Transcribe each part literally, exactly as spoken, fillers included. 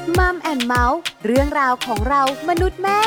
มัมแอนด์เมาส์เรื่องราวของเรามนุษย์แม่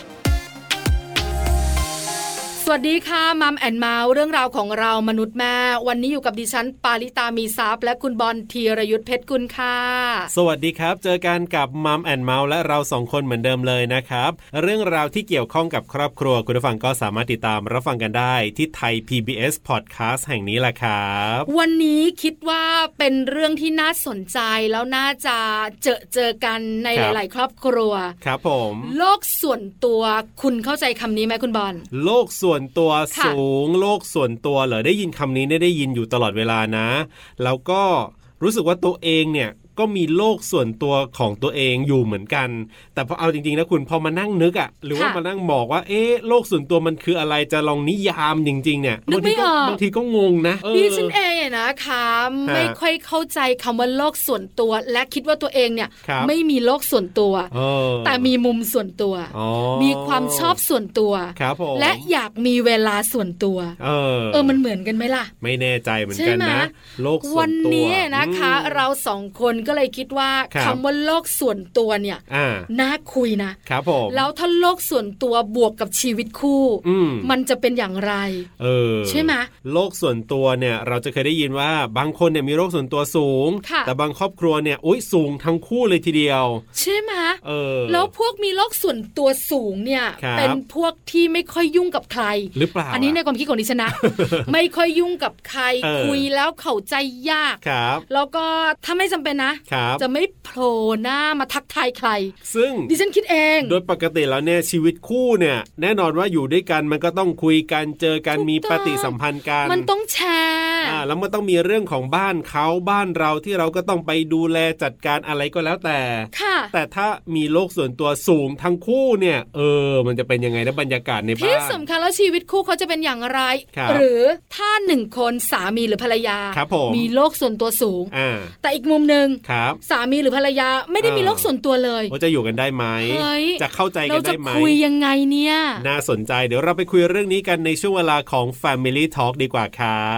สวัสดีค่ะมัมแอนเมาส์เรื่องราวของเรามนุษย์แม่วันนี้อยู่กับดิฉันปาริตามีซัพย์และคุณบอลธีรยุทธเพชรกุลค่ะสวัสดีครับเจอกันกับมัมแอนเมาส์และเราสองคนเหมือนเดิมเลยนะครับเรื่องราวที่เกี่ยวข้องกับครอบครัวคุณผู้ฟังก็สามารถติดตามรับฟังกันได้ที่ไทย พี บี เอส Podcast แห่งนี้แหละครับวันนี้คิดว่าเป็นเรื่องที่น่าสนใจแล้วน่าจะเจอเจอกันในหลายๆครอบครัวครับผมโลกส่วนตัวคุณเข้าใจคำนี้ไหมคุณบอลโลกส่วนตัวสูงโลกส่วนตัวเหรอได้ยินคำนี้ได้ยินอยู่ตลอดเวลานะแล้วก็รู้สึกว่าตัวเองเนี่ยก็มีโลกส่วนตัวของตัวเองอยู่เหมือนกันแต่พอเอาจริงๆนะคุณพอมานั่งนึกอ่ะหรือว่ามานั่งบอกว่าเอ๊ะโลกส่วนตัวมันคืออะไรจะลองนิยามจริงๆเนี่ยบางทีก็บางทีก็งงนะดิฉันเองนะคะไม่ค่อยเข้าใจคำว่าโลกส่วนตัวและคิดว่าตัวเองเนี่ยไม่มีโลกส่วนตัวแต่มีมุมส่วนตัวมีความชอบส่วนตัวและอยากมีเวลาส่วนตัวเออเออมันเหมือนกันไหมล่ะไม่แน่ใจเหมือนกันนะโลกส่วนตัววันนี้นะคะเราสองคนก็เลยคิดว่าคำว่าโลกส่วนตัวเนี่ยน่าคุยนะครับผมแล้วถ้าโลกส่วนตัวบวกกับชีวิตคู่มมันจะเป็นอย่างไรเออใช่ไหมโลกส่วนตัวเนี่ยเราจะเคยได้ยินว่าบางคนเนี่ยมีโลกส่วนตัวสูงแต่บางครอบครัวเนี่ยอุ๊ยสูงทั้งคู่เลยทีเดียวใช่ไหมเออแล้วพวกมีโลกส่วนตัวสูงเนี่ยเป็นพวกที่ไม่ค่อยยุ่งกับใครหรือเปล่าอันนี้ในความคิดของดิฉันนะ ไม่ค่อยยุ่งกับใครคุยแล้วเข้าใจยากแล้วก็ถ้าไม่จำเป็นนะจะไม่โผล่หน้ามาทักทายใครซึ่งดิฉันคิดเองโดยปกติแล้วเนี่ยชีวิตคู่เนี่ยแน่นอนว่าอยู่ด้วยกันมันก็ต้องคุยกันเจอกันมีปฏิสัมพันธ์กันมันต้องแชร์อ่าแล้วมันต้องมีเรื่องของบ้านเขาบ้านเราที่เราก็ต้องไปดูแลจัดการอะไรก็แล้วแต่ค่ะแต่ถ้ามีโลกส่วนตัวสูงทั้งคู่เนี่ยเออมันจะเป็นยังไงนะบรรยากาศในบ้านที่สำคัญแล้วชีวิตคู่เขาจะเป็นอย่างไรหรือถ้าหนึ่งคนสามีหรือภรรยา มีโลกส่วนตัวสูงแต่อีกมุมนึงสามีหรือภรรยาไม่ได้มีโลกส่วนตัวเลยว่าจะอยู่กันได้ไหมจะเข้าใจกันได้ไหมเราจะคุยยังไงเนี่ยน่าสนใจเดี๋ยวเราไปคุยเรื่องนี้กันในช่วงเวลาของ Family Talk ดีกว่าครับ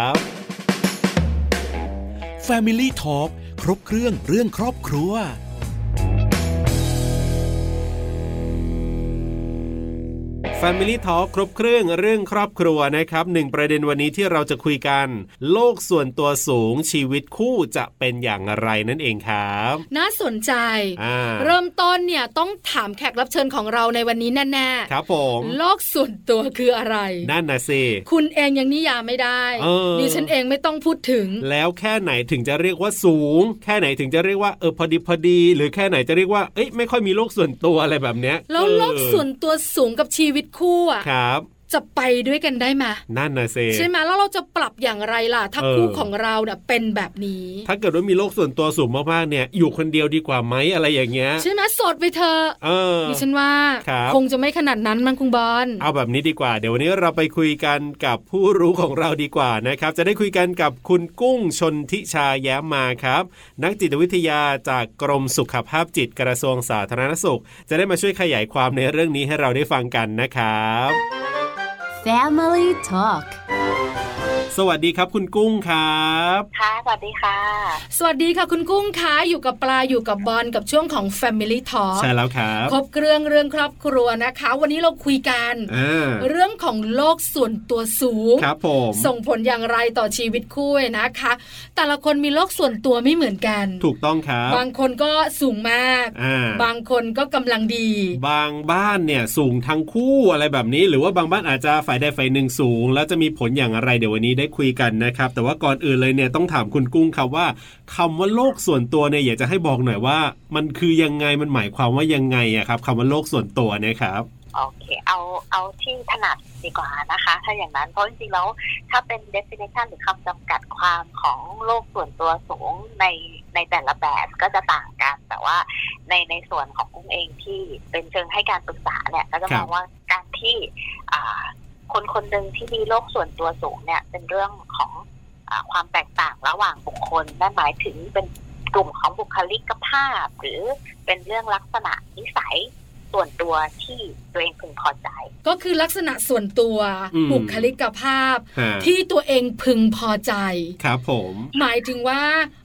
Family Talk ครบเครื่องเรื่องครอบครัว Family Talk ครบเครื่องเรื่องครอบครัวนะครับหนึ่งประเด็นวันนี้ที่เราจะคุยกันโลกส่วนตัวสูงชีวิตคู่จะเป็นอย่างไรนั่นเองครับน่าสนใจเริ่มต้นเนี่ยต้องถามแขกรับเชิญของเราในวันนี้แน่ๆครับผมโลกส่วนตัวคืออะไรนั่นน่ะสิคุณเองยังนิยามไม่ได้ดิฉันเองไม่ต้องพูดถึงแล้วแค่ไหนถึงจะเรียกว่าสูงแค่ไหนถึงจะเรียกว่าเออพอดีพอดีหรือแค่ไหนจะเรียกว่าเอ้ยไม่ค่อยมีโลกส่วนตัวอะไรแบบเนี้ยแล้วโลกส่วนตัวสูงกับชีวิตคู่อ่ะครับจะไปด้วยกันได้ไหมนั่นน่ะสิใช่ไหมแล้วเราจะปรับอย่างไรล่ะถ้าคู่ของเราเนี่ยเป็นแบบนี้ถ้าเกิดว่ามีโลกส่วนตัวสูงมากๆเนี่ยอยู่คนเดียวดีกว่าไหมอะไรอย่างเงี้ยใช่ไหมโสดไปเถอะเออดิฉันว่าคงจะไม่ขนาดนั้นมั้งคุณบอลเอาแบบนี้ดีกว่าเดี๋ยววันนี้เราไปคุยกันกับผู้รู้ของเราดีกว่านะครับจะได้คุยกันกับคุณกุ้งชนทิชาแย้มมาครับนักจิตวิทยาจากกรมสุขภาพจิตกระทรวงสาธารณสุขจะได้มาช่วยขยายความในเรื่องนี้ให้เราได้ฟังกันนะครับ Family Talk สวัสดีครับคุณกุ้งครับค่ะสวัสดีค่ะสวัสดีค่ะคุณกุ้งคะอยู่กับปลาอยู่กับบอลกับช่วงของ Family Talk ใช่แล้วครับครบเครื่องเรื่องครอบครัวนะคะวันนี้เราคุยกันเรื่องของโลกส่วนตัวสูงครับผมส่งผลอย่างไรต่อชีวิตคู่นะคะแต่ละคนมีโลกส่วนตัวไม่เหมือนกันถูกต้องครับบางคนก็สูงมากบางคนก็กำลังดีบางบ้านเนี่ยสูงทั้งคู่อะไรแบบนี้หรือว่าบางบ้านอาจจะฝ่ายใดฝ่ายหนึ่งสูงแล้วจะมีผลอย่างไรเดี๋ยววันนี้ได้คุยกันนะครับแต่ว่าก่อนอื่นเลยเนี่ยต้องถามคุณกุ้งครับว่าคำว่าโลกส่วนตัวเนี่ยอยากจะให้บอกหน่อยว่ามันคือยังไงมันหมายความว่ายังไงอะครับคำว่าโลกส่วนตัวนะครับโอเคเอาเอาที่ถนัดดีกว่านะคะถ้าอย่างนั้นเพราะจริงๆแล้วถ้าเป็น definition หรือคำจำกัดความของโลกส่วนตัวสูงในในแต่ละแบบก็จะต่างกันแต่ว่าในในส่วนของกุ้งเองที่เป็นเชิงให้การปรึกษาเนี่ยก็จะมองว่าการที่อ่าคนคนหนึ่งที่มีโลกส่วนตัวสูงเนี่ยเป็นเรื่องของอ่าความแตกต่างระหว่างบุคคลนั่นหมายถึงเป็นกลุ่มของบุคลิกภาพหรือเป็นเรื่องลักษณะนิสัยส่วนตัวที่ตัวเองพึงพอใจก็คือลักษณะส่วนตัวบุคลิกภาพที่ตัวเองพึงพอใจครับผมหมายถึงว่า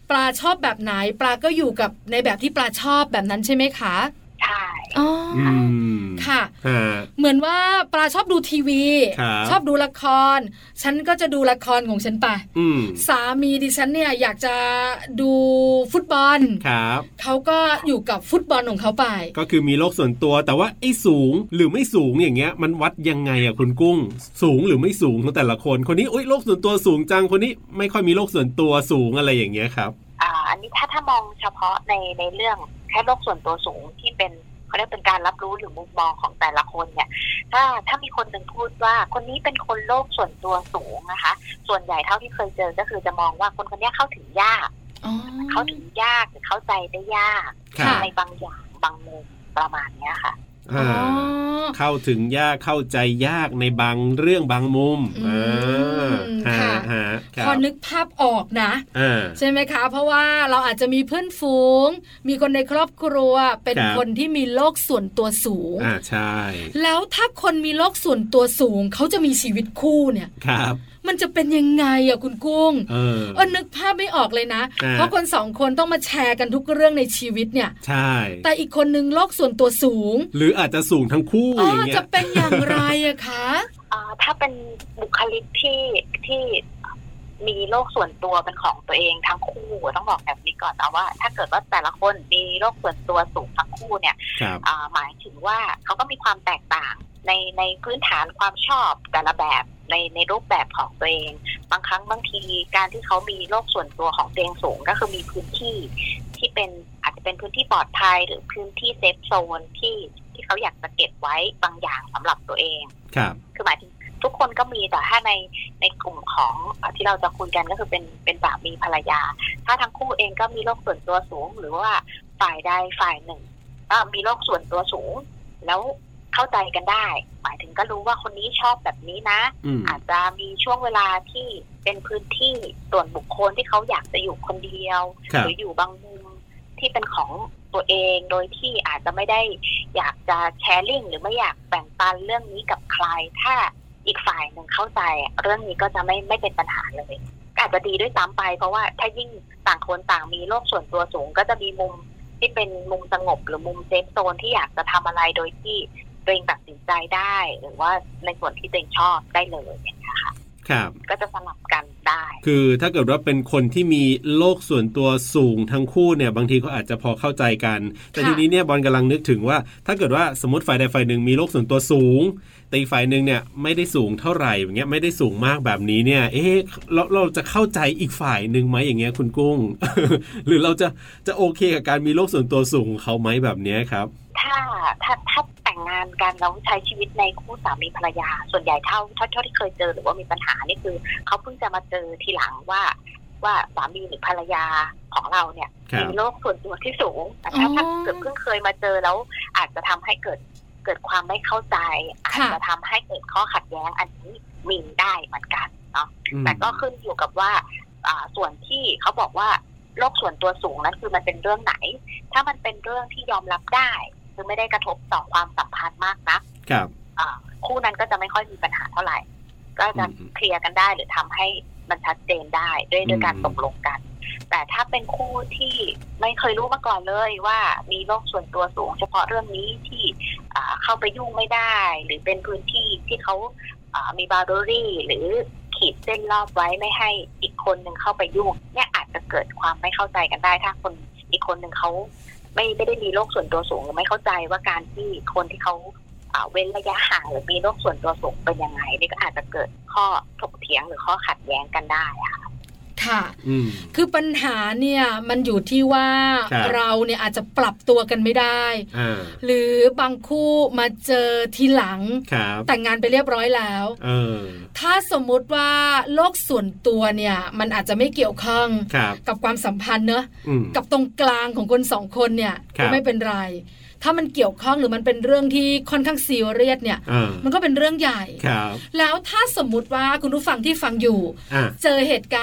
ปลาชอบแบบไหนปลาก็อยู่กับในแบบที่ปลาชอบแบบนั้นใช่ไหมคะใช่อ๋อค่ะเหมือนว่าปลาชอบดูทีวีชอบดูละครฉันก็จะดูละครของฉันไปสามีดิฉันเนี่ยอยากจะดูฟุตบอลเขาก็อยู่กับฟุตบอลของเขาไปก็คือมีโลกส่วนตัวแต่ว่าไอ้สูงหรือไม่สูงอย่างเงี้ยมันวัดยังไงอะคุณกุ้งสูงหรือไม่สูงของแต่ละคนคนนี้อุ๊ยโลกส่วนตัวสูงจังคนนี้ไม่ค่อยมีโลกส่วนตัวสูงอะไรอย่างเงี้ยครับอ่าอันนี้ถ้าถ้ามองเฉพาะในในเรื่องแค่โลกส่วนตัวสูงที่เป็นเขาเรียกเป็นการรับรู้หรือมุมมองของแต่ละคนเนี่ยถ้าถ้ามีคนหนึ่งพูดว่าคนนี้เป็นคนโลกส่วนตัวสูงนะคะส่วนใหญ่เท่าที่เคยเจอก็คือจะมองว่าคนคนนี้เข้าถึงยากเข้าถึงยากหรือเข้าใจได้ยากในบางอย่างบางมุมประมาณนี้ค่ะเข้าถึงยากเข้าใจยากในบางเรื่องบางมุมค่ะพอนึกภาพออกนะใช่ไหมคะเพราะว่าเราอาจจะมีเพื่อนฝูงมีคนในครอบครัวเป็นคนที่มีโลกส่วนตัวสูงอ่าใช่แล้วถ้าคนมีโลกส่วนตัวสูงเขาจะมีชีวิตคู่เนี่ยครับมันจะเป็นยังไงอ่ะคุณกุ้งเออเออนึกภาพไม่ออกเลยนะเพราะคนสองคนต้องมาแชร์กันทุกเรื่องในชีวิตเนี่ยใช่แต่อีกคนนึงโลกส่วนตัวสูงหรืออาจจะสูงทั้งคู่อย่างเงี้ยจะเป็นอย่างไรอะคะอ่าถ้าเป็นบุคลิกที่ที่มีโลกส่วนตัวเป็นของตัวเองทั้งคู่ต้องบอกแบบนี้ก่อนนะว่าถ้าเกิดว่าแต่ละคนมีโลกส่วนตัวสูงทั้งคู่เนี่ยหมายถึงว่าเขาก็มีความแตกต่างในในพื้นฐานความชอบแต่ละแบบในในรูปแบบของตัวเองบางครั้งบางทีการที่เขามีโลกส่วนตัวของตัวเองสูงก็คือมีพื้นที่ที่เป็นอาจจะเป็นพื้นที่ปลอดภัยหรือพื้นที่เซฟโซนที่ที่เขาอยากจะเก็บไว้บางอย่างสำหรับตัวเองครับคือหมายถึงทุกคนก็มีแต่ถ้าในในกลุ่มของที่เราจะคุยกันก็คือเป็นเป็นสามีภรรยาถ้าทั้งคู่เองก็มีโลกส่วนตัวสูงหรือว่าฝ่ายใดฝ่ายหนึ่งก็มีโลกส่วนตัวสูงแล้วเข้าใจกันได้หมายถึงก็รู้ว่าคนนี้ชอบแบบนี้นะอาจจะมีช่วงเวลาที่เป็นพื้นที่ส่วนบุคคลที่เขาอยากจะอยู่คนเดียวหรืออยู่บางมุมที่เป็นของตัวเองโดยที่อาจจะไม่ได้อยากจะแชร์ลิงก์หรือไม่อยากแบ่งปันเรื่องนี้กับใครถ้าอีกฝ่ายหนึ่งเข้าใจเรื่องนี้ก็จะไม่ไม่เป็นปัญหาเลยอาจจะดีด้วยซ้ำไปเพราะว่าถ้ายิ่งต่างคนต่างมีโลกส่วนตัวสูงก็จะมีมุมที่เป็นมุมสงบหรือมุมเซฟโซนที่อยากจะทำอะไรโดยที่ตัวเองตัดสินใจได้หรือว่าในส่วนที่ตัวเองชอบได้เลยอย่างนี้ค่ะครับก็จะสลับกันได้คือถ้าเกิดว่าเป็นคนที่มีโลกส่วนตัวสูงทั้งคู่เนี่ยบางทีเขาอาจจะพอเข้าใจกันแต่ทีนี้เนี่ยบอลกำลังนึกถึงว่าถ้าเกิดว่าสมมติฝ่ายใดฝ่ายหนึ่งมีโลกส่วนตัวสูงแต่อีกฝ่ายนึงเนี่ยไม่ได้สูงเท่าไหร่อย่างเงี้ยไม่ได้สูงมากแบบนี้เนี่ยเอ๊ะเราเราจะเข้าใจอีกฝ่ายนึงไหมอย่างเงี้ยคุณกุ้ง หรือเราจะจะโอเคกับการมีโลกส่วนตัวสูงของเขาไหมแบบนี้ครับถ้าถ้าถ้าแต่งงานกันแล้วใช้ชีวิตในคู่สามีภรรยาส่วนใหญ่เท่าเท่าที่เคยเจอหรือว่ามีปัญหานี่คือเขาเพิ่งจะมาเจอทีหลังว่าว่าสามีหรือภรรยาของเราเนี่ยมีโลกส่วนตัวที่สูงแต่ถ้าถ้าเกิดเพิ่งเคยมาเจอแล้วอาจจะทำให้เกิดเกิดความไม่เข้าใจอาจจะทำให้เกิดข้อขัดแย้งอันนี้มีได้เหมือนกันเนาะแต่ก็ขึ้นอยู่กับว่าส่วนที่เขาบอกว่าโลกส่วนตัวสูงนั้นคือมันเป็นเรื่องไหนถ้ามันเป็นเรื่องที่ยอมรับได้คือไม่ได้กระทบต่อความสัมพันธ์มากนะครับคู่นั้นก็จะไม่ค่อยมีปัญหาเท่าไหร่ก็จะเคลียร์กันได้หรือทำให้มันชัดเจนได้ด้วยด้วยการตกลงกันแต่ถ้าเป็นคู่ที่ไม่เคยรู้มาก่อนเลยว่ามีโลกส่วนตัวสูงเฉพาะเรื่องนี้ที่เข้าไปยุ่งไม่ได้หรือเป็นพื้นที่ที่เขามีบาร์โดรี่หรือขีดเส้นรอบไว้ไม่ให้อีกคนหนึ่งเข้าไปยุ่งเนี่ยอาจจะเกิดความไม่เข้าใจกันได้ถ้าคนอีกคนหนึ่งเขาไม่ไม่ได้มีโลกส่วนตัวสูงหรือไม่เข้าใจว่าการที่คนที่เขาเว้นระยะห่างหรือมีโลกส่วนตัวสูงเป็นยังไงนี่ก็อาจจะเกิดข้อถกเถียงหรือข้อขัดแย้งกันได้ค่ะค่ะคือปัญหาเนี่ยมันอยู่ที่ว่าเราเนี่ยอาจจะปรับตัวกันไม่ได้หรือบางคู่มาเจอทีหลังแต่งงานไปเรียบร้อยแล้วถ้าสมมุติว่าโลกส่วนตัวเนี่ยมันอาจจะไม่เกี่ยวข้องกับความสัมพันธ์เนอะกับตรงกลางของคนสองคนเนี่ยก็ไม่เป็นไรถ้ามันเกี่ยวข้องหรือมันเป็นเรื่องที่ค่อนข้างซีเรียสเนี่ยมันก็เป็นเรื่องใหญ่แล้วถ้าสมมุติว่าคุณผู้ฟังที่ฟังอยู่เจอเหตุการณ์อย่างที่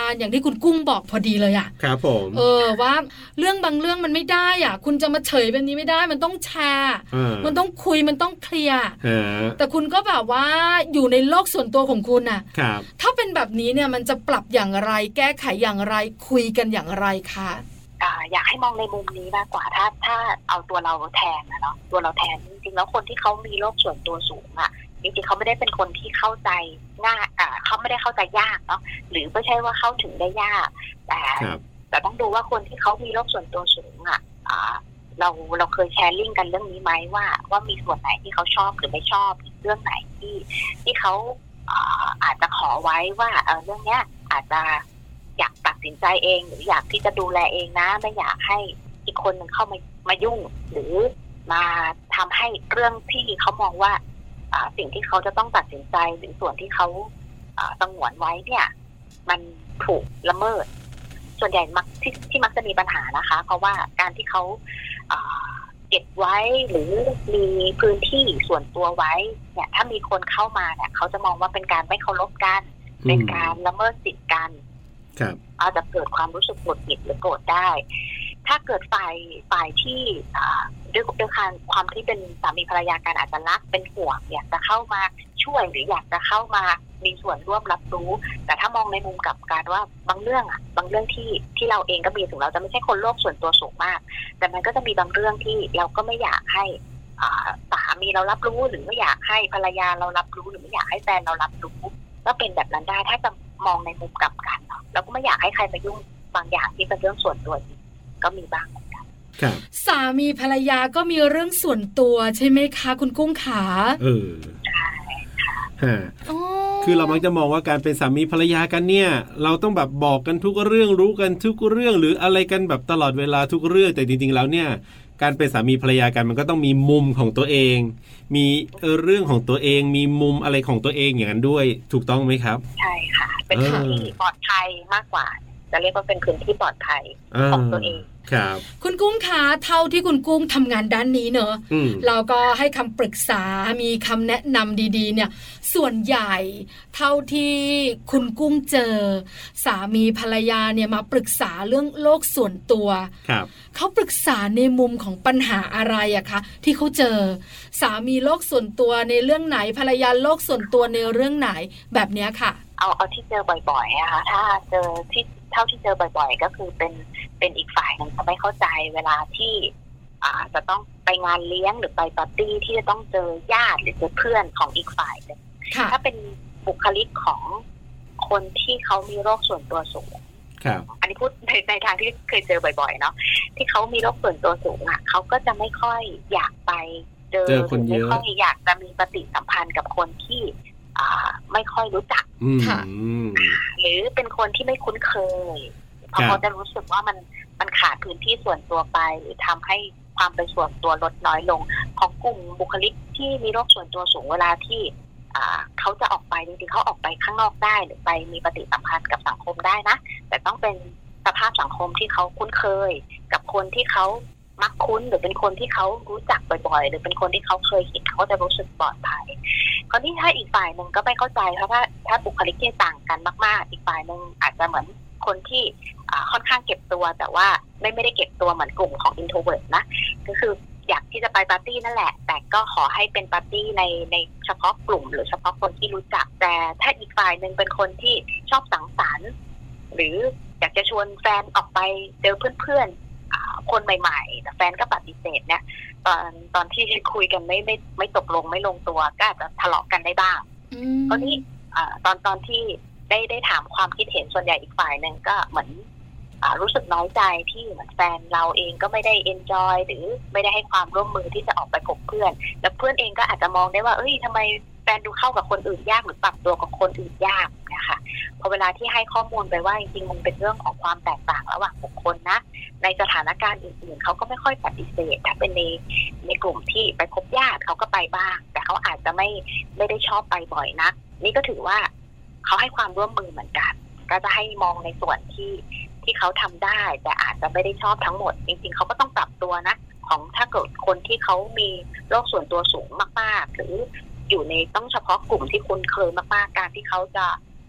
คุณกุ้งบอกพอดีเลยอ่ะครับผมเออว่าเรื่องบางเรื่องมันไม่ได้อ่ะคุณจะมาเฉยแบบนี้ไม่ได้มันต้องแชร์มันต้องคุยมันต้องเคลียร์แต่คุณก็แบบว่าอยู่ในโลกส่วนตัวของคุณน่ะถ้าเป็นแบบนี้เนี่ยมันจะปรับอย่างไรแก้ไขอย่างไรคุยกันอย่างไรคะอยากให้มองในมุมนี้มากกว่าถ้าถ้าเอาตัวเราแทนนะเนาะตัวเราแทนจริงๆแล้วคนที่เขามีโลกส่วนตัวสูงอ่ะจริงๆเขาไม่ได้เป็นคนที่เข้าใจง่ายอ่าเขาไม่ได้เข้าใจยากเนาะหรือไม่ใช่ว่าเข้าถึงได้ยากแต่แต่ต้องดูว่าคนที่เขามีโลกส่วนตัวสูงอ่ะอ่าเราเราเคยแชร์ลิงก์กันเรื่องนี้ไหมว่าว่ามีส่วนไหนที่เขาชอบหรือไม่ชอบเรื่องไหนที่ที่เขาอ่าอาจจะขอไว้ว่าเออเรื่องเนี้ยอาจจะอยากตัดสินใจเองหรืออยากที่จะดูแลเองนะไม่อยากให้อีกคนนึงเข้ามามายุ่งหรือมาทำให้เรื่องที่เขามองว่าสิ่งที่เขาจะต้องตัดสินใจหรือส่วนที่เขาสงวนไว้เนี่ยมันถูกละเมิดส่วนใหญ่มักที่ที่มักจะมีปัญหานะคะเพราะว่าการที่เขาเก็บไว้หรือมีพื้นที่ส่วนตัวไว้เนี่ยถ้ามีคนเข้ามาเนี่ยเขาจะมองว่าเป็นการไม่เคารพกันเป็นการละเมิดสิทธิกันอาจจะเกิดความรู้สึกหงุดหงิดหรือโกรธได้ถ้าเกิดฝ่ายฝ่ายที่ด้วยด้วยความที่เป็นสามีภรรยากันอาจจะรักเป็นห่วงอยากจะเข้ามาช่วยหรืออยากจะเข้ามามีส่วนร่วมรับรู้แต่ถ้ามองในมุมกลับกันว่าบางเรื่องอ่ะบางเรื่องที่ที่เราเองก็มีถึงเราจะไม่ใช่คนโลกส่วนตัวสูงมากแต่มันก็จะมีบางเรื่องที่เราก็ไม่อยากให้สามีเรารับรู้หรือไม่อยากให้ภรรยาเรารับรู้หรือไม่อยากให้แฟนเรารับรู้ก็เป็นแบบนั้นได้ถ้าจะมองในมุมกลับกันเนาะเราก็ไม่อยากให้ใครมายุ่งบางอย่างที่เป็นเรื่องส่วนตัวก็มีบ้างเหมือนกันสามีภรรยาก็มีเรื่องส่วนตัวใช่ไหมคะคุณกุ้งขาเออใช่ค่ะคือเรามักจะมองว่าการเป็นสามีภรรยากันเนี่ยเราต้องแบบบอกกันทุกเรื่องรู้กันทุกเรื่องหรืออะไรกันแบบตลอดเวลาทุกเรื่องแต่จริงๆแล้วเนี่ยการเป็นสามีภรรยากันมันก็ต้องมีมุมของตัวเองมีเรื่องของตัวเองมีมุมอะไรของตัวเองอย่างนั้นด้วยถูกต้องไหมครับใช่ค่ะเป็นพื้นที่ปลอดภัยมากกว่าจะเรียกว่าเป็นพื้นที่ปลอดภัยของตัวเองครับคุณกุ้งคะเท่าที่คุณกุ้งทำงานด้านนี้เนอะเราก็ให้คำปรึกษามีคำแนะนำดีๆเนี่ยส่วนใหญ่เท่าที่คุณกุ้งเจอสามีภรรยาเนี่ยมาปรึกษาเรื่องโลกส่วนตัวเขาปรึกษาในมุมของปัญหาอะไรอะคะที่เขาเจอสามีโลกส่วนตัวในเรื่องไหนภรรยาโลกส่วนตัวในเรื่องไหนแบบเนี้ยค่ะเอาเอาที่เจอบ่อยๆนะคะถ้าเจอที่เท่าที่เจอบ่อยๆก็คือเป็นเป็นอีกฝ่ายนึงจะไม่เข้าใจเวลาที่อ่าจะต้องไปงานเลี้ยงหรือไปปาร์ตี้ที่จะต้องเจอญาติหรือเจอเพื่อนของอีกฝ่ายนึงถ้าเป็นบุคลิกของคนที่เขามีโรคส่วนตัวสูงอันนี้พูดในในทางที่เคยเจอบ่อยๆเนาะที่เขามีโรคส่วนตัวสูงอ่ะเขาก็จะไม่ค่อยอยากไปเจอไม่ค่อยอยากจะมีปฏิสัมพันธ์กับคนที่อ่าไม่ค่อยรู้จักค่ะหรือเป็นคนที่ไม่คุ้นเคยเพราะเขาจะรู้สึกว่ามันมันขาดพื้นที่ส่วนตัวไปหรือทำให้ความเป็นส่วนตัวลดน้อยลงของกลุ่มบุคลิกที่มีโรคส่วนตัวสูงเวลาที่อ่าเขาจะออกไปจริงๆเขาออกไปข้างนอกได้หรือไปมีปฏิสัมพันธ์กับสังคมได้นะแต่ต้องเป็นสภาพสังคมที่เขาคุ้นเคยกับคนที่เขามักคุ้นหรือเป็นคนที่เขารู้จักบ่อยๆหรือเป็นคนที่เขาเคยเห็นเขาจะรู้สึกปลอดภัยคนที่ถ้าอีกฝ่ายหนึ่งก็ไม่เข้าใจเพราะว่าถ้าบุคลิกที่ต่างกันมากๆอีกฝ่ายหนึ่งอาจจะเหมือนคนที่ค่อนข้างเก็บตัวแต่ว่าไม่ไม่ได้เก็บตัวเหมือนกลุ่มของ introvert นะก็คืออยากที่จะไปปาร์ตี้นั่นแหละแต่ก็ขอให้เป็นปาร์ตี้ในในเฉพาะกลุ่มหรือเฉพาะคนที่รู้จักแต่ถ้าอีกฝ่ายหนึ่งเป็นคนที่ชอบสังสรรค์หรืออยากจะชวนแฟนออกไปเจอเพื่อนๆคนใหม่ๆแต่แฟนก็ปฏิเสธเนี่ยตอนตอนที่คุยกันไม่ไม่ไม่ตกลงไม่ลงตัวก็อาจจะทะเลาะกันได้บ้างตอนนี้ตอนตอนที่ได้ได้ถามความคิดเห็นส่วนใหญ่อีกฝ่ายนึงก็เหมือนรู้สึกน้อยใจที่เหมือนแฟนเราเองก็ไม่ได้เอนจอยหรือไม่ได้ให้ความร่วมมือที่จะออกไปพบเพื่อนแล้วเพื่อนเองก็อาจจะมองได้ว่าเอ้ยทำไมแฟนดูเข้ากับคนอื่นยากหรือปรับตัวกับคนอื่นยากนะคะพอเวลาที่ให้ข้อมูลไปว่าจริงๆมันเป็นเรื่องของความแตกต่างระหว่างบุคคลนะในสถานการณ์อื่นๆเขาก็ไม่ค่อยปฏิเสธถ้าเป็นในในกลุ่มที่ไปพบญาติเขาก็ไปบ้างแต่เขาอาจจะไม่ไม่ได้ชอบไปบ่อยนักนี่ก็ถือว่าเขาให้ความร่วมมือเหมือนกันก็จะให้มองในส่วนที่ที่เขาทำได้แต่อาจจะไม่ได้ชอบทั้งหมดจริงๆเขาก็ต้องปรับตัวนะของถ้าเกิดคนที่เขามีโรคส่วนตัวสูงมากๆหรืออยู่ในต้องเฉพาะกลุ่มที่คุ้นเคยมากๆการที่เขาจะ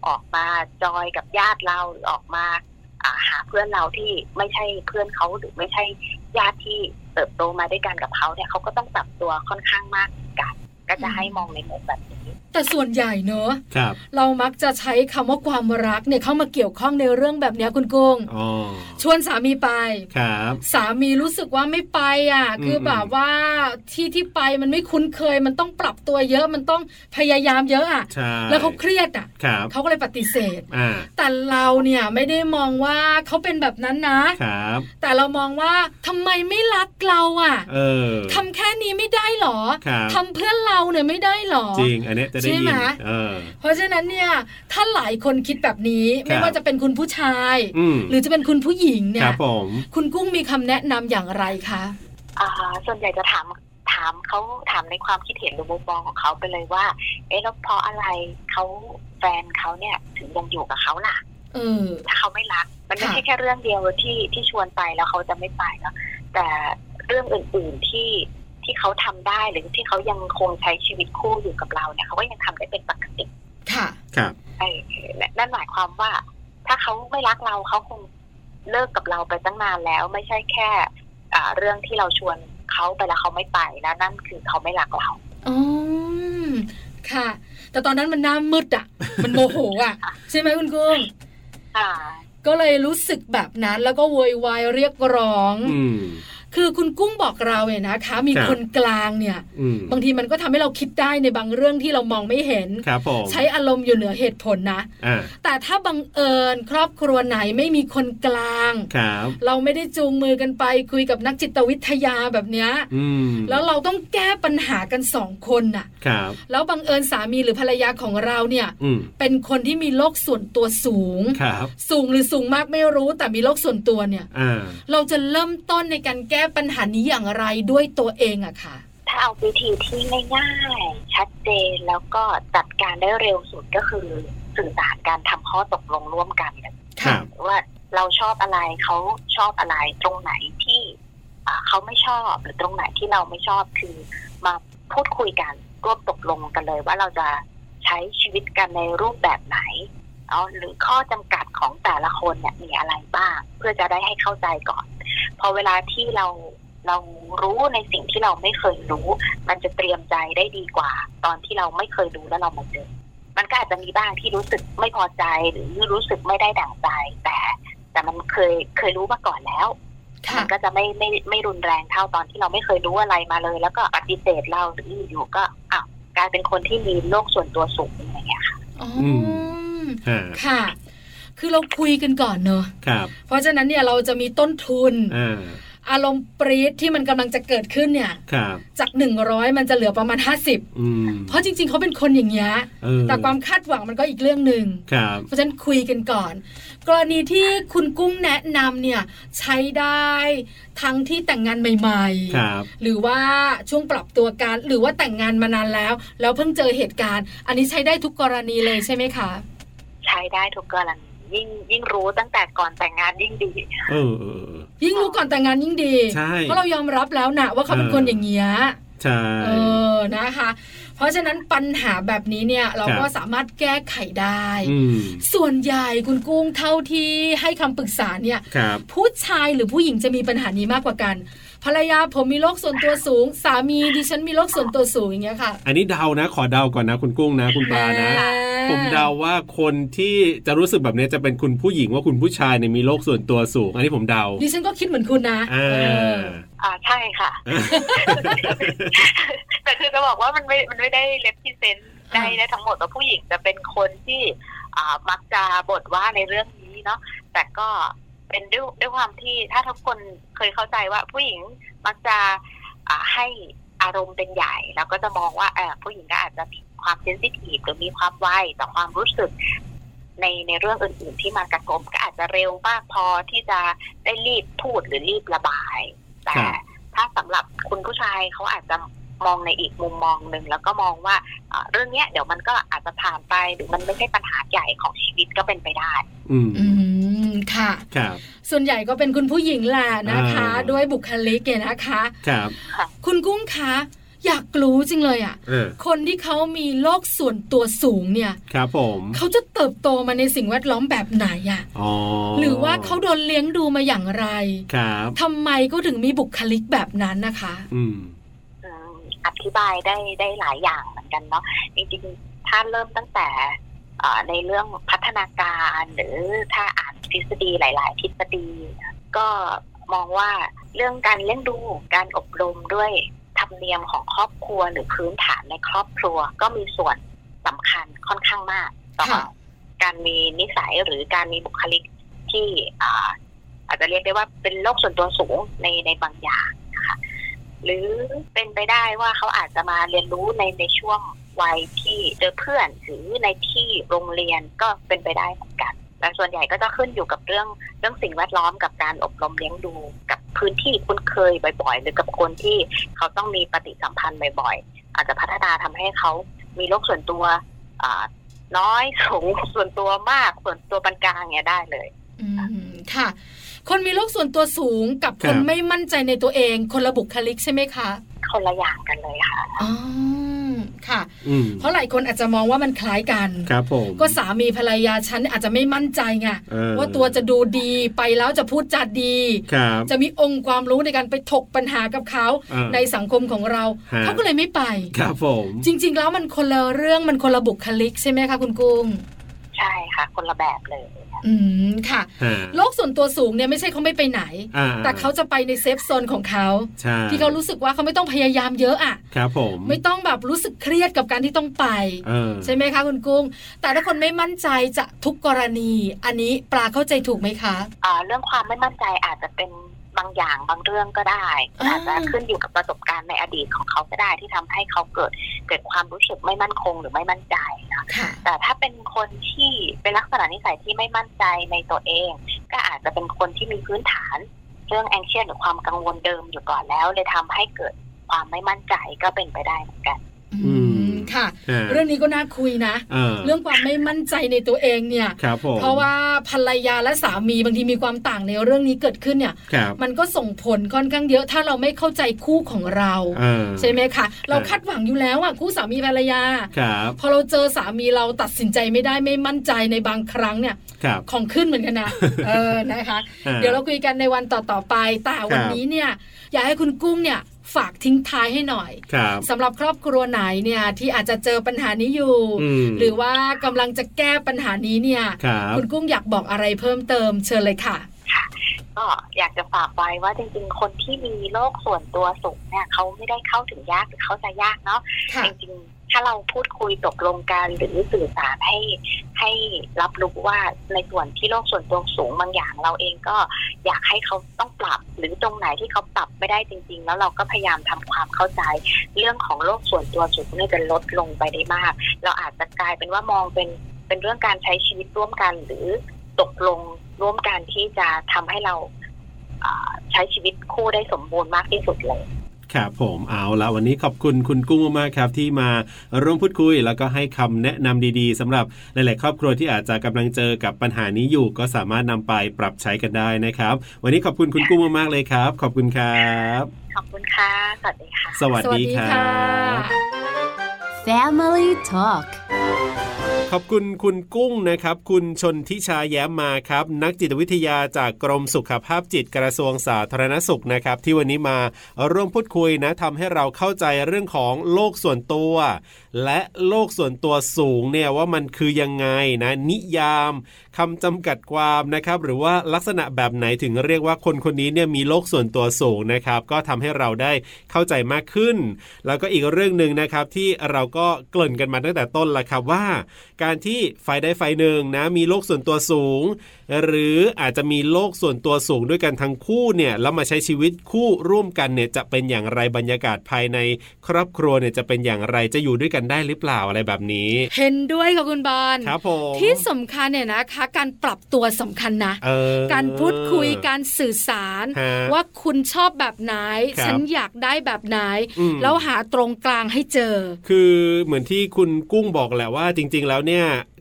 ออกมาจอยกับญาติเราหรือออกมาหาเพื่อนเราที่ไม่ใช่เพื่อนเขาหรือไม่ใช่ญาติที่เติบโตมาด้วยกันกับเขาเนี่ยเขาก็ต้องปรับตัวค่อนข้างมากกันก็จะให้มองในมุมแบบนี้แต่ส่วนใหญ่เนอะเรามักจะใช้คำว่าความรักเนี่ยเข้ามาเกี่ยวข้องในเรื่องแบบนี้คุณกุ้งชวนสามีไปสามีรู้สึกว่าไม่ไปอ่ะคือแบบว่าที่ที่ไปมันไม่คุ้นเคยมันต้องปรับตัวเยอะมันต้องพยายามเยอะอ่ะแล้วเขาเครียดอ่ะเขาก็เลยปฏิเสธแต่เราเนี่ยไม่ได้มองว่าเขาเป็นแบบนั้นนะแต่เรามองว่าทำไมไม่รักเราอ่ะทำแค่นี้ไม่ได้หรอทำเพื่อเราเนี่ยไม่ได้หรอจริงอันนี้จะได้ยินเพราะฉะนั้นเนี่ยถ้าหลายคนคิดแบบนี้ไม่ว่าจะเป็นคุณผู้ชายหรือจะเป็นคุณผู้หญิงเนี่ยคุณกุ้งมีคำแนะนำอย่างไรคะอ่าส่วนใหญ่จะถามถามเขาถามในความคิดเห็นหรือมุมมองของเขาไปเลยว่าเอ๊ะแล้วเพราะอะไรเขาแฟนเขาเนี่ยถึงยังอยู่กับเขาล่ะเออถ้าเขาไม่รักมันไม่ใช่แค่เรื่องเดียวที่ที่ชวนไปแล้วเขาจะไม่ไปแล้วแต่เรื่องอื่นๆที่ที่เขาทำได้หรือที่เขายังคงใช้ชีวิตคู่อยู่กับเราเนี่ยเขาก็ยังทำได้เป็นปกติค่ะครับไอ้นั่นหมายความว่าถ้าเขาไม่รักเราเขาคงเลิกกับเราไปตั้งนานแล้วไม่ใช่แค่อ่าเรื่องที่เราชวนเขาไปแล้วเขาไม่ไปแล้วนั่นคือเขาไม่รักเราอ๋อค่ะแต่ตอนนั้นมันหน้ามืดอ่ะมันโมโหอ่ะใช่ไหมคุณกุ้งค่ะก็เลยรู้สึกแบบนั้นแล้วก็โวยวายเรียกร้องคือคุณกุ้งบอกเราเนี่ยนะคะมีคนกลางเนี่ยบางทีมันก็ทำให้เราคิดได้ในบางเรื่องที่เรามองไม่เห็นใช้อารมณ์อยู่เหนือเหตุผลนะแต่ถ้าบังเอิญครอบครัวไหนไม่มีคนกลางเราไม่ได้จูงมือกันไปคุยกับนักจิตวิทยาแบบเนี้ยแล้วเราต้องแก้ปัญหากันสองคนน่ะแล้วบังเอิญสามีหรือภรรยาของเราเนี่ยเป็นคนที่มีโลกส่วนตัวสูงสูงหรือสูงมากไม่รู้แต่มีโลกส่วนตัวเนี่ยเราจะเริ่มต้นในการแก้ปัญหานี้อย่างไรด้วยตัวเองอะค่ะถ้าเอาวิธีที่ง่ายๆชัดเจนแล้วก็จัดการได้เร็วสุดก็คือสื่อสารการทำข้อตกลงร่วมกันว่าเราชอบอะไรเขาชอบอะไรตรงไหนที่เขาไม่ชอบหรือตรงไหนที่เราไม่ชอบคือมาพูดคุยกันร่วมตกลงกันเลยว่าเราจะใช้ชีวิตกันในรูปแบบไหนเอาหรือข้อจำกัดของแต่ละคนเนี่ยมีอะไรบ้างเพื่อจะได้ให้เข้าใจก่อนพอเวลาที่เราเรารู้ในสิ่งที่เราไม่เคยรู้มันจะเตรียมใจได้ดีกว่าตอนที่เราไม่เคยรู้แล้วเรามาเจอมันก็อาจจะมีบ้างที่รู้สึกไม่พอใจหรือรู้สึกไม่ได้ดั่งใจแต่แต่มันเคยเคยรู้มาก่อนแล้วมันก็จะไม่ไม่ไม่รุนแรงเท่าตอนที่เราไม่เคยรู้อะไรมาเลยแล้วก็ปฏิเสธเราหรืออยู่ก็อ้าวกลายเป็นคนที่มีโลกส่วนตัวสูงอย่างเงี้ยค่ะอ๋อค่ะคือเราคุยกันก่อนเนอะเพราะฉะนั้นเนี่ยเราจะมีต้นทุนอารมณ์ปรี๊ดที่มันกำลังจะเกิดขึ้นเนี่ยจากหนึ่งร้อยมันจะเหลือประมาณห้าสิบเพราะจริงๆเขาเป็นคนอย่างเงี้ยแต่ความคาดหวังมันก็อีกเรื่องนึงเพราะฉะนั้นคุยกันก่อนกรณีที่คุณกุ้งแนะนำเนี่ยใช้ได้ทั้งที่แต่งงานใหม่ๆหรือว่าช่วงปรับตัวกันหรือว่าแต่งงานมานานแล้วแล้วเพิ่งเจอเหตุการณ์อันนี้ใช้ได้ทุกกรณีเลยใช่ไหมคะใช้ได้ทุกกรณียิ่งยิ่งรู้ตั้งแต่ก่อนแต่งงานยิ่งดีเออยิ่งรู้ก่อนแต่งงานยิ่งดีเพราะเรายอมรับแล้วนะว่าเขาเป็นคนอย่างเงี้ยใช่เออนะคะเพราะฉะนั้นปัญหาแบบนี้เนี่ยเราก็สามารถแก้ไขได้ส่วนใหญ่คุณกุ้งเท่าที่ให้คำปรึกษาเนี่ยผู้ชายหรือผู้หญิงจะมีปัญหานี้มากกว่ากันภรรยาผมมีโรคส่วนตัวสูงสามีดิฉันมีโรคส่วนตัวสูงอย่างเงี้ยค่ะอันนี้เดานะขอเดาก่อนนะคุณกุ้งนะคุณปลานะผมเดาว่าคนที่จะรู้สึกแบบนี้จะเป็นคุณผู้หญิงว่าคุณผู้ชายเนี่ยมีโรคส่วนตัวสูงอันนี้ผมเดาดิฉันก็คิดเหมือนคุณนะเอออ่าใช่ค่ะแต่คือจะบอกว่ามันไม่มันไม่ได้เลฟพิเซนต์ได้ได้ทั้งหมดว่าผู้หญิงจะเป็นคนที่อ่ามักจะบ่นว่าในเรื่องนี้เนาะแต่ก็เป็นด้วยด้วยความที่ถ้าทุกคนเคยเข้าใจว่าผู้หญิงมักจะอ่าให้อารมณ์เป็นใหญ่แล้วก็จะมองว่าเออผู้หญิงก็อาจจะมีความเซนซิทีฟหรือมีความไวต่อความรู้สึกในในเรื่องอื่นๆที่มากระทบก็อาจจะเร็วมากพอที่จะได้รีบพูดหรือรีบระบายแต่ถ้าสำหรับคุณผู้ชายเขาอาจจะมองในอีกมุมมองนึงแล้วก็มองว่าเรื่องนี้เดี๋ยวมันก็อาจจะผ่านไปหรือมันไม่ใช่ปัญหาใหญ่ของชีวิตก็เป็นไปได้อืมอืมค่ะครับส่วนใหญ่ก็เป็นคุณผู้หญิงแหละนะคะด้วยบุคลิกเนี่ยนะคะครับคุณกุ้งคะอยากรู้จริงเลยอ่ะคนที่เขามีโลกส่วนตัวสูงเนี่ยครับผมเขาจะเติบโตมาในสิ่งแวดล้อมแบบไหนอ่ะหรือว่าเขาโดนเลี้ยงดูมาอย่างไรครับทำไมก็ถึงมีบุคลิกแบบนั้นนะคะอืมอธิบายได้ได้หลายอย่างเหมือนกันเนาะจริงๆถ้าเริ่มตั้งแต่ในเรื่องพัฒนาการหรือถ้าอ่านทฤษฎีหลายๆทฤษฎีก็มองว่าเรื่องการเลี้ยงดูการอบรมด้วยธรรมเนียมของครอบครัวหรือพื้นฐานในครอบครัวก็มีส่วนสำคัญค่อนข้างมากต่อการมีนิสัยหรือการมีบุคลิกที่อาจจะเรียกได้ว่าเป็นโลกส่วนตัวสูงในในบางอย่างนะคะหรือเป็นไปได้ว่าเขาอาจจะมาเรียนรู้ในในช่วงวัยที่เจอเพื่อนหรือในที่โรงเรียนก็เป็นไปได้เหมือนกันแต่ส่วนใหญ่ก็จะขึ้นอยู่กับเรื่องเรื่องสิ่งแวดล้อมกับการอบรมเลี้ยงดูกับพื้นที่คุ้นเคยบ่อยๆหรือกับคนที่เขาต้องมีปฏิสัมพันธ์บ่อยๆอาจจะพัฒนาทำให้เขามีโลกส่วนตัวน้อยสูงส่วนตัวมากส่วนตัวปานกลางเงี้ยได้เลยอืมค่ะคนมีโลกส่วนตัวสูงกับคนไม่มั่นใจในตัวเองคนละบุคลิกใช่ไหมคะคนละอย่างกันเลยค่ะอ๋อค่ะเพราะหลายคนอาจจะมองว่ามันคล้ายกันครับผมก็สามีภรรยาฉันอาจจะไม่มั่นใจไงว่าตัวจะดูดีไปแล้วจะพูดจาดีจะมีองค์ความรู้ในการไปถกปัญหากับเขาในสังคมของเราเขาก็เลยไม่ไปครับผมจริงๆแล้วมันคนละเรื่องมันคนละบุคลิกใช่ไหมคะคุณกุ้งใช่ค่ะคนละแบบเลยอืมค่ะโลกส่วนตัวสูงเนี่ยไม่ใช่เขาไม่ไปไหนแต่เขาจะไปในเซฟโซนของเขาที่เขารู้สึกว่าเขาไม่ต้องพยายามเยอะอ่ะครับผมไม่ต้องแบบรู้สึกเครียดกับการที่ต้องไปใช่ไหมคะคุณกุ้งแต่ถ้าคนไม่มั่นใจจะทุกกรณีอันนี้ปลาเข้าใจถูกไหมคะอ่าเรื่องความไม่มั่นใจอาจจะเป็นบางอย่างบางเรื่องก็ได้อาจจะขึ้นอยู่กับประสบการณ์ในอดีตของเขาก็ได้ที่ทำให้เขาเกิดเกิดความรู้สึกไม่มั่นคงหรือไม่มั่นใจนะแต่ถ้าเป็นคนที่เป็นลักษณะนิสัยที่ไม่มั่นใจในตัวเองก็อาจจะเป็นคนที่มีพื้นฐานเรื่องแองเชียสหรือความกังวลเดิมอยู่ก่อนแล้วเลยทำให้เกิดความไม่มั่นใจก็เป็นไปได้เหมือนกันอืมค่ะเรื่องนี้ก็น่าคุยนะเ, เรื่องความไม่มั่นใจในตัวเองเนี่ยเพราะว่าภรรยาและสามีบางทีมีความต่างในเรื่องนี้เกิดขึ้นเนี่ยมันก็ส่งผลค่อนข้างเยอะถ้าเราไม่เข้าใจคู่ของเราใช่ไหมคะเราคาดหวังอยู่แล้วอ่ะคู่สามีภรรยาพอเราเจอสามีเราตัดสินใจไม่ได้ไม่มั่นใจในบางครั้งเนี่ยของขึ้นเหมือนกันนะเออนะคะเดี๋ยวเราคุยกันในวันต่อๆไปแต่วันนี้เนี่ยอยากให้คุณกุ้งเนี่ยฝากทิ้งท้ายให้หน่อยสำหรับครอบครัวไหนเนี่ยที่อาจจะเจอปัญหานี้อยู่หรือว่ากำลังจะแก้ปัญหานี้เนี่ย ค, คุณกุ้งอยากบอกอะไรเพิ่มเติมเชิญเลยค่ะก็อยากจะฝากไว้ว่าจริงๆคนที่มีโลกส่วนตัวสูงเนี่ยเขาไม่ได้เข้าถึงยากหรือเข้าใจยากเนาะจริงๆถ้าเราพูดคุยตกลงกันหรือสื่อสารให้ให้รับรู้ว่าในส่วนที่โลกส่วนตัวสูงบางอย่างเราเองก็อยากให้เขาต้องปรับหรือตรงไหนที่เขาปรับไม่ได้จริงๆแล้วเราก็พยายามทำความเข้าใจเรื่องของโลกส่วนตัวสูงนี่จะลดลงไปได้มากเราอาจจะกลายเป็นว่ามองเป็นเป็นเรื่องการใช้ชีวิตร่วมกันหรือตกลงร่วมกันที่จะทำให้เราใช้ชีวิตคู่ได้สมบูรณ์มากที่สุดเลยครับผมเอาละวันนี้ขอบคุณคุณกุ้งมากๆครับที่มาร่วมพูดคุยแล้วก็ให้คำแนะนำดีๆสำหรับหลายๆครอบครัวที่อาจจะกำลังเจอกับปัญหานี้อยู่ก็สามารถนำไปปรับใช้กันได้นะครับวันนี้ขอบคุณคุณกุ้งมากๆเลยครับขอบคุณครับขอบคุณค่ะสวัสดีค่ะสวัสดีครับ Family Talk ขอบคุณคุณกุ้งนะครับคุณชนทิชาแย้มมาครับนักจิตวิทยาจากกรมสุขภาพจิตกระทรวงสาธารณสุขนะครับที่วันนี้มาร่วมพูดคุยนะทำให้เราเข้าใจเรื่องของโลกส่วนตัวและโลกส่วนตัวสูงเนี่ยว่ามันคือยังไงนะนิยามคำจำกัดความนะครับหรือว่าลักษณะแบบไหนถึงเรียกว่าคนคนนี้เนี่ยมีโลกส่วนตัวสูงนะครับก็ทำให้เราได้เข้าใจมากขึ้นแล้วก็อีกเรื่องนึงนะครับที่เราก็เกริ่นกันมาตั้งแต่ต้นแล้วครับว่าการที่ฝ่ายใดฝ่ายหนึ่งนะมีโลกส่วนตัวสูงหรืออาจจะมีโลกส่วนตัวสูงด้วยกันทั้งคู่เนี่ยแล้วมาใช้ชีวิตคู่ร่วมกันเนี่ยจะเป็นอย่างไรบรรยากาศภายในครอบครัวเนี่ยจะเป็นอย่างไรจะอยู่ด้วยกันได้หรือเปล่าอะไรแบบนี้เห็นด้วยกับคุณบอลครับผมที่สำคัญเนี่ยนะคะการปรับตัวสำคัญนะการพูดคุยการสื่อสารว่าคุณชอบแบบไหนฉันอยากได้แบบไหนแล้วหาตรงกลางให้เจอคือเหมือนที่คุณกุ้งบอกแหละว่าจริงๆแล้วเนี่ย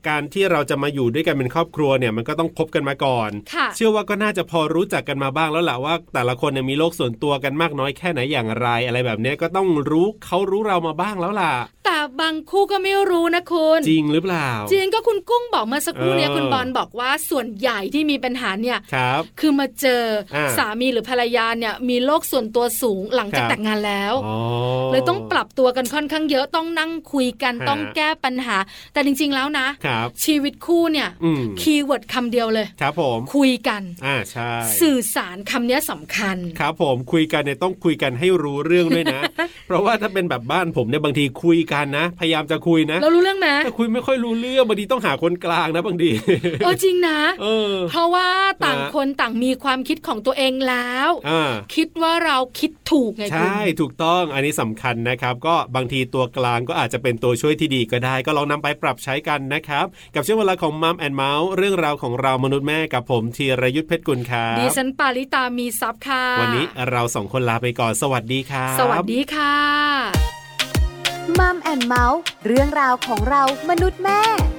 การที่เราจะมาอยู่ด้วยกันเป็นครอบครัวเนี่ยมันก็ต้องคบกันมาก่อนเชื่อว่าก็น่าจะพอรู้จักกันมาบ้างแล้วแหละว่าแต่ละคนเนี่ยมีโลกส่วนตัวกันมากน้อยแค่ไหนอย่างไรอะไรแบบนี้ก็ต้องรู้เขารู้เรามาบ้างแล้วล่ะแต่บางคู่ก็ไม่รู้นะคุณจริงหรือเปล่าจริงก็คุณกุ้งบอกเมื่อสักครู่นี้คุณบอลบอกว่าส่วนใหญ่ที่มีปัญหาเนี่ยครับคือมาเจอสามีหรือภรรยาเนี่ยมีโลกส่วนตัวสูงหลังจากแต่งงานแล้วเลยต้องปรับตัวกันค่อนข้างเยอะต้องนั่งคุยกันต้องแก้ปัญหาแต่จริงๆแล้วนะชีวิตคู่เนี่ยคีย์เวิร์ดคำเดียวเลยครับผมคุยกันอ่าใช่สื่อสารคำนี้สำคัญครับผมคุยกันเนี่ยต้องคุยกันให้รู้เรื่องด้วยนะ เพราะว่าถ้าเป็นแบบบ้านผมเนี่ยบางทีคุยกันนะพยายามจะคุยนะเรารู้เรื่องไหมแต่คุยไม่ค่อยรู้เรื่องบางทีต้องหาคนกลางนะบางทีเออจริงนะเออเพราะว่าต่างคนต่างมีความคิดของตัวเองแล้วคิดว่าเราคิดถูกไงคุณใช่ถูกต้องอันนี้สำคัญนะครับก็บางทีตัวกลางก็อาจจะเป็นตัวช่วยที่ดีก็ได้ก็ลองนำไปปรับใช้กันนะครับกับช่วงเวลาของมัมแอนด์เมาส์เรื่องราวของเรามนุษย์แม่กับผมธีรยุทธเพชรกุลครับดิฉันปาริตามีซับค่ะวันนี้เราสองคนลาไปก่อนสวัสดีครับสวัสดีค่ะมัมแอนด์เมาส์เรื่องราวของเรามนุษย์แม่